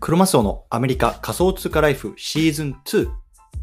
クロマスオのアメリカ仮想通貨ライフシーズン2。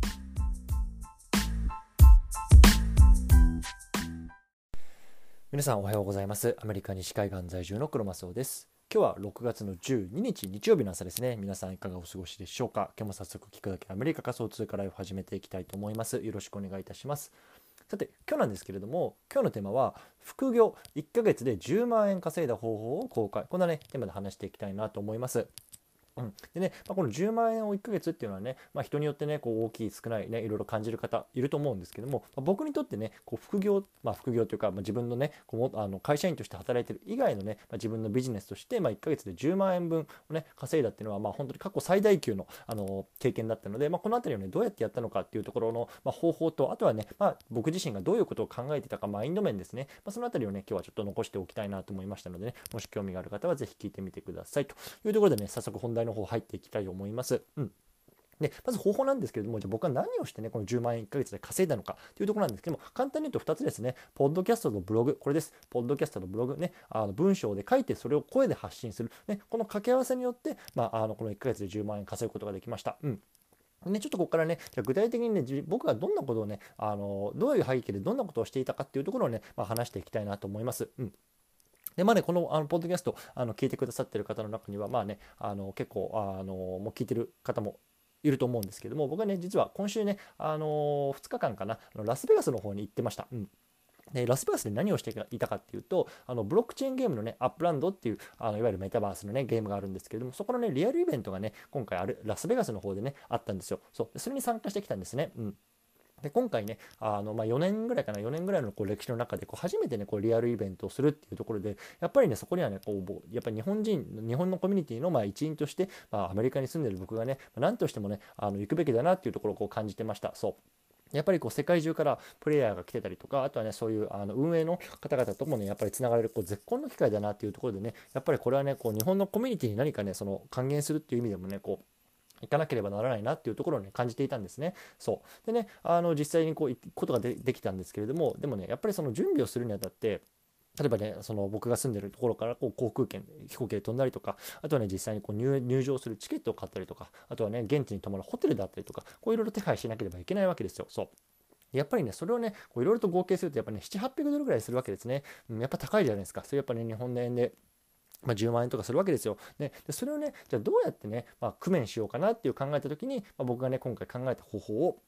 皆さんおはようございます。アメリカ西海岸在住のクロマスオです。今日は6月の12日日曜日の朝ですね。皆さんいかがお過ごしでしょうか。今日も早速聞くだけアメリカ仮想通貨ライフ始めていきたいと思います。よろしくお願いいたします。さて今日なんですけれども、今日のテーマは副業1ヶ月で10万円稼いだ方法を公開、こんなねテーマで話していきたいなと思います。でね、この10万円を1ヶ月っていうのはね、人によってねこう大きい少ないねいろいろ感じる方いると思うんですけども、僕にとってねこう副業、副業というか、自分のねこう会社員として働いてる以外のね、自分のビジネスとして、1ヶ月で10万円分をね稼いだっていうのは、本当に過去最大級の、経験だったので、このあたりをねどうやってやったのかっていうところの、方法と、あとはね、僕自身がどういうことを考えていたか、マインド面ですね、そのあたりをね今日はちょっと残しておきたいなと思いましたのでね、もし興味がある方はぜひ聞いてみてくださいというところでね、早速本題の方入っていきたいと思います。でまず方法なんですけれども、じゃあ僕は何をしてねこの10万円1ヶ月で稼いだのかというところなんですけども、簡単に言うと2つですね。ポッドキャストとブログ、これです。ポッドキャストとブログね、文章で書いてそれを声で発信する、ね、この掛け合わせによって、この1ヶ月で10万円稼ぐことができました。ちょっとここからね、じゃあ具体的にね、僕がどんなことをね、どういう背景でどんなことをしていたかっていうところをね、話していきたいなと思います。でこのポッドキャスト聞いてくださっている方の中には結構もう聞いてる方もいると思うんですけども、僕はね実は今週ね、2日間かな、ラスベガスの方に行ってました。でラスベガスで何をしていたかっていうと、ブロックチェーンゲームのねアップランドっていういわゆるメタバースのねゲームがあるんですけれども、そこのねリアルイベントがね今回ラスベガスの方でねあったんですよ。それに参加してきたんですね。で今回ね4年ぐらいかな、4年ぐらいのこう歴史の中で初めてねこうリアルイベントをするっていうところで、やっぱりねそこにはねやっぱり日本のコミュニティの一員として、アメリカに住んでる僕がね何としてもね行くべきだなっていうところをこう感じてました。やっぱり世界中からプレイヤーが来てたりとか、あとはねそういう運営の方々ともねやっぱりつながれる絶好の機会だなっていうところでね、やっぱりこれはね日本のコミュニティに何かね還元するっていう意味でもね行かなければならないなっていうところをね感じていたんですね。でね実際に行くことができたんですけれども、でもねやっぱりその準備をするにあたって、例えばね僕が住んでるところから航空券飛行機で飛んだりとか、あとはね実際に入場するチケットを買ったりとか、あとはね現地に泊まるホテルだったりとか、いろいろ手配しなければいけないわけですよ。やっぱりねそれをねいろいろと合計するとやっぱね7、800ドルぐらいするわけですね。やっぱ高いじゃないですか。それやっぱね日本の円で10万円とかするわけですよ。でそれをねじゃあどうやってね、工面しようかなっていう考えた時に、僕がね今回考えた方法を、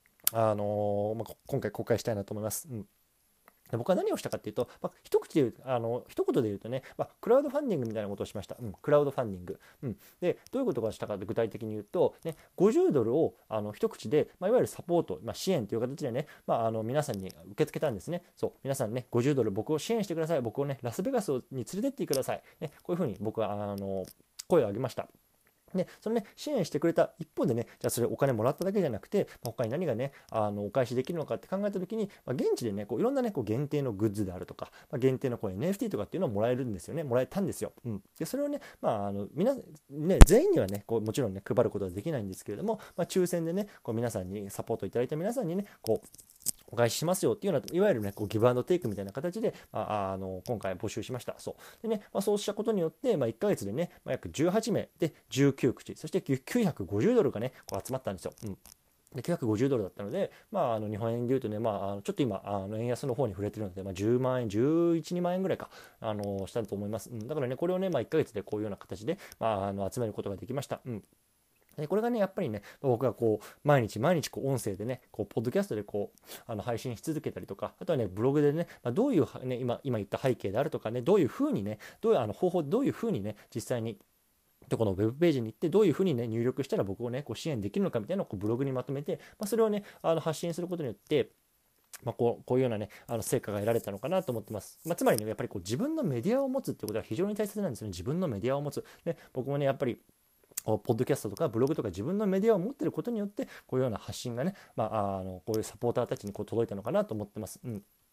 今回公開したいなと思います。で僕は何をしたかっていうと、一言で言うとね、クラウドファンディングみたいなことをしました。クラウドファンディング。で、どういうことがしたかって具体的に言うと、ね、50ドルを一口で、いわゆるサポート、支援という形でね、皆さんに受け付けたんですね。皆さんね、50ドル僕を支援してください。僕をね、ラスベガスに連れてってください。ね、こういうふうに僕は声を上げました。でそのね支援してくれた一方でね、じゃあそれお金もらっただけじゃなくて、他に何がねお返しできるのかって考えた時に、現地でねいろんなね限定のグッズであるとか、限定のNFT とかっていうのをもらえるんですよね。もらえたんですよ。でそれをね全員にはねもちろんね配ることはできないんですけれども、抽選でね皆さんにサポートいただいた皆さんにねお返ししますよっていうような、いわゆるねギブアンドテイクみたいな形で、今回募集しました。でね、そうしたことによって、1ヶ月でね、約18名で19口、そして950ドルがね集まったんですよ。で950ドルだったので、日本円でいうとね、ちょっと今円安の方に触れてるので、10万円11、2万円ぐらいかしたと思います。だからねこれをね、1ヶ月でこういうような形で、集めることができました。これがねやっぱりね僕が毎日音声でねポッドキャストで配信し続けたりとか、あとはねブログでね、どういうね今言った背景であるとかね、どういうふうにねどういう方法でどういうふうにね実際にこのウェブページに行ってどういうふうにね入力したら僕をね支援できるのかみたいなのをブログにまとめて、それをね発信することによってこういうようなね成果が得られたのかなと思ってます。つまりねやっぱり自分のメディアを持つってことは非常に大切なんですよね。自分のメディアを持つ。で僕もねやっぱりポッドキャストとかブログとか自分のメディアを持っていることによって、こういうような発信がね、こういうサポーターたちに届いたのかなと思ってます。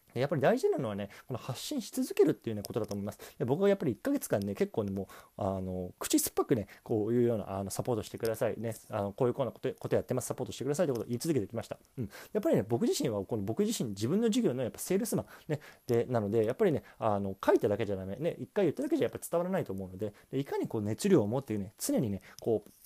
やっぱり大事なのはね、この発信し続けるっていうねことだと思います。で、僕はやっぱり1ヶ月間ね、結構ね、もう口酸っぱくね、こういうようなサポートしてくださいね、こういうことやってます、サポートしてくださいということを言い続けてきました。やっぱりね、僕自身は僕自身自分の事業のやっぱセールスマンねでなので、やっぱりね、書いただけじゃダメね、一回言っただけじゃやっぱり伝わらないと思うので、いかにこう熱量を持ってね、常にね、こう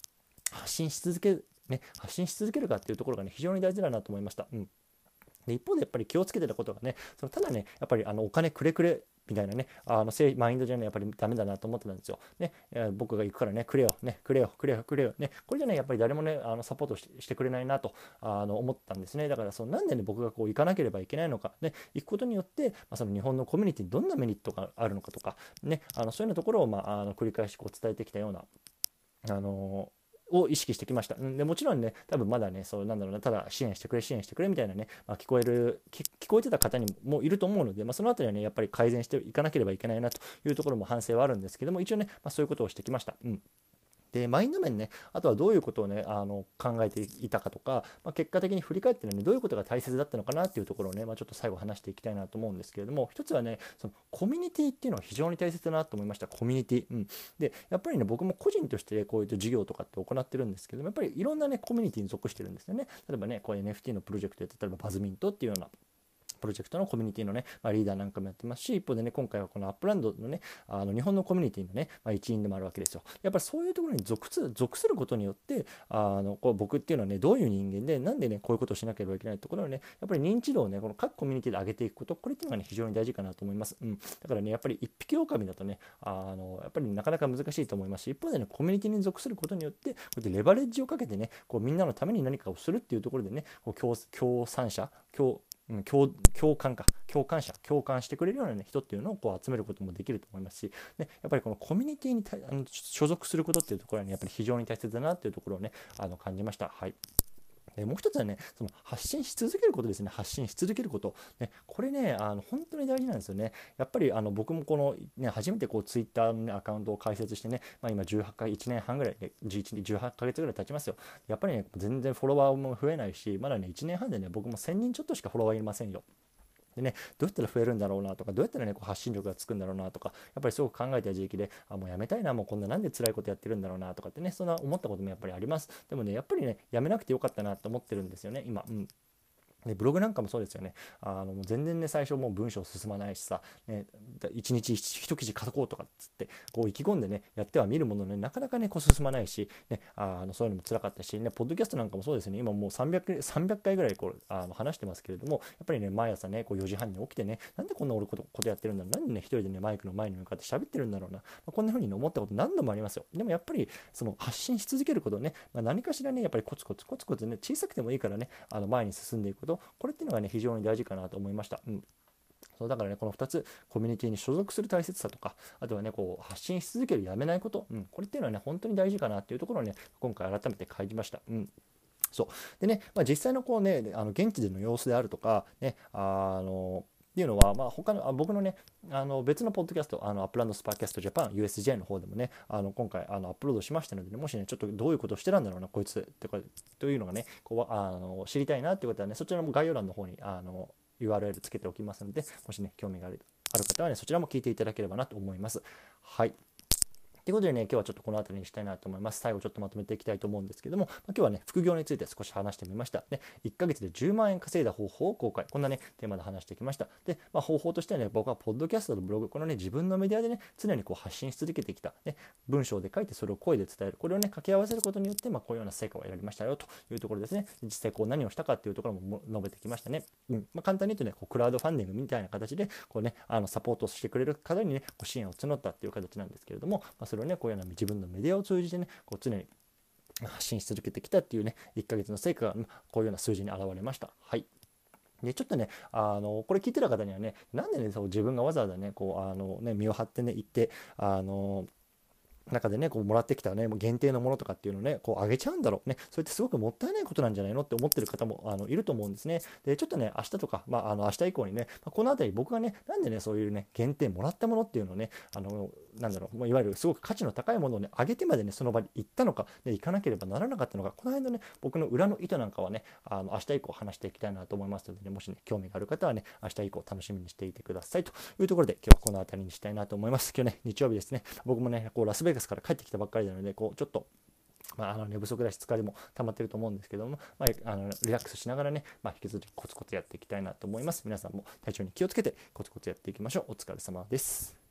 発信し続けるかっていうところがね、非常に大事だなと思いました。で、一方でやっぱり気をつけてたことがね、ただね、やっぱりお金くれくれみたいなね、マインドじゃね、やっぱりダメだなと思ってたんですよ。ね、僕が行くからね、くれよ、ね、くれよ、くれよ、くれよ、ね、これじゃね、やっぱり誰もね、サポートしてくれないなと思ったんですね。だからなんでね、僕がこう行かなければいけないのか、ね、行くことによって、その日本のコミュニティにどんなメリットがあるのかとか、ね、そういうようなところを、繰り返しこう伝えてきたような、を意識してきました。でもちろんね、多分まだね、なんだろうな、ただ支援してくれみたいなね、聞こえてた方にもいると思うので、そのあたりはね、やっぱり改善していかなければいけないなというところも反省はあるんですけども、一応ね、そういうことをしてきました。で、マインド面ね、あとはどういうことをね、考えていたかとか、結果的に振り返ってね、どういうことが大切だったのかなっていうところをね、ちょっと最後話していきたいなと思うんですけれども、一つはね、そのコミュニティっていうのは非常に大切だなと思いました。コミュニティ。で、やっぱりね、僕も個人としてこういった事業とかって行ってるんですけども、やっぱりいろんなね、コミュニティに属してるんですよね。例えばね、こう NFT のプロジェクトで、例えばバズミントっていうような、プロジェクトのコミュニティのね、リーダーなんかもやってますし、一方でね、今回はこのアップランドのね、日本のコミュニティのね、一員でもあるわけですよ。やっぱりそういうところに属することによって、こう僕っていうのはね、どういう人間で、なんでね、こういうことをしなければいけないところをね、やっぱり認知度をね、この各コミュニティで上げていくこと、これっていうのがね、非常に大事かなと思います。だからね、やっぱり一匹狼だとね、やっぱりなかなか難しいと思いますし、一方でね、コミュニティに属することによって、こうやってレバレッジをかけてね、こうみんなのために何かをするっていうところでね、こう共感してくれるような、ね、人っていうのをこう集めることもできると思いますし、ね、やっぱりこのコミュニティに所属することっていうところは、ね、やっぱり非常に大切だなっていうところをね感じました。はい。もう一つはね、その発信し続けることですね。発信し続けること。ね、これね、本当に大事なんですよね。やっぱり僕もこの、ね、初めてこうツイッターの、ね、アカウントを開設してね、今18回、1年半ぐらい、ね、18ヶ月ぐらい経ちますよ。やっぱりね、全然フォロワーも増えないし、まだね、1年半でね、僕も1000人ちょっとしかフォロワーいませんよ。でね、どうやったら増えるんだろうなとか、どうやったらね、こう発信力がつくんだろうなとか、やっぱりすごく考えた時期で、もうやめたいな、もうこんななんで辛いことやってるんだろうなとかってね、そんな思ったこともやっぱりあります。でもね、やっぱりね、やめなくてよかったなと思ってるんですよね、今。でブログなんかもそうですよね。もう全然ね、最初もう文章進まないしさ、ね、一日一記事書こうとかっつって、こう意気込んでね、やっては見るものね、なかなかね、こう進まないし、ね、そういうのも辛かったし、ね、ポッドキャストなんかもそうですね、今もう300回ぐらいこう話してますけれども、やっぱりね、毎朝ね、こう4時半に起きてね、なんでこんな俺ことやってるんだろう、なんでね、一人でね、マイクの前に向かって喋ってるんだろうな、こんな風に思ったこと何度もありますよ。でもやっぱり、その発信し続けることね、何かしらね、やっぱりコツコツね、小さくてもいいからね、前に進んでいくこと、これっていうのがね、非常に大事かなと思いました。そうだからね、この2つ、コミュニティに所属する大切さとか、あとはね、こう発信し続ける、やめないこと、これっていうのはね、本当に大事かなっていうところをね、今回改めて感じました。そうでね、実際のこうね、現地での様子であるとか、ね、っていうのは、他の僕のね、別のポッドキャスト、アップランドスパーキャストジャパン USJ の方でもね、今回アップロードしましたので、ね、もしね、ちょっとどういうことをしてたんだろうな、こいつというのがね、こう知りたいなっていうことはね、そちらも概要欄の方にURL つけておきますので、もしね、興味がある方はね、そちらも聞いていただければなと思います。はい。ということでね、今日はちょっとこの辺りにしたいなと思います。最後ちょっとまとめていきたいと思うんですけども、今日はね、副業について少し話してみました。で、1ヶ月で10万円稼いだ方法を公開。こんなね、テーマで話してきました。で、方法としてはね、僕はポッドキャストとブログ、このね、自分のメディアでね、常にこう発信し続けてきた、ね、文章で書いてそれを声で伝える。これをね、掛け合わせることによって、こういうような成果を得られましたよというところですね。実際こう何をしたかっていうところも述べてきましたね。簡単に言うとね、こうクラウドファンディングみたいな形で、こうね、サポートしてくれる方にね、こう支援を募ったっていう形なんですけれども、それをね、こういうような自分のメディアを通じてね、こう常に発信し続けてきたっていうね、1ヶ月の成果がこういうような数字に現れました。はい。でちょっとね、これ聞いてた方にはね、なんでね、自分がわざわざね、こう身を張ってね、行って、中でね、こうもらってきたね、もう限定のものとかっていうのをね、こうあげちゃうんだろうね。それってすごくもったいないことなんじゃないのって思ってる方もいると思うんですね。で、ちょっとね、明日とか、明日以降にね、このあたり僕がね、なんでね、そういうね、限定もらったものっていうのをね、 もういわゆるすごく価値の高いものをね上げてまでねその場に行ったのか、で行かなければならなかったのか、この間ね僕の裏の意図なんかはね明日以降話していきたいなと思いますのでね、もしね興味がある方はね明日以降楽しみにしていてくださいというところで、今日はこの辺りにしたいなと思います。今日ね日曜日ですね。僕もねこうラスベガスから帰ってきたばっかりなので、こうちょっと寝不足だし疲れも溜まってると思うんですけども、リラックスしながらね、引き続きコツコツやっていきたいなと思います。皆さんも体調に気をつけてコツコツやっていきましょう。お疲れ様です。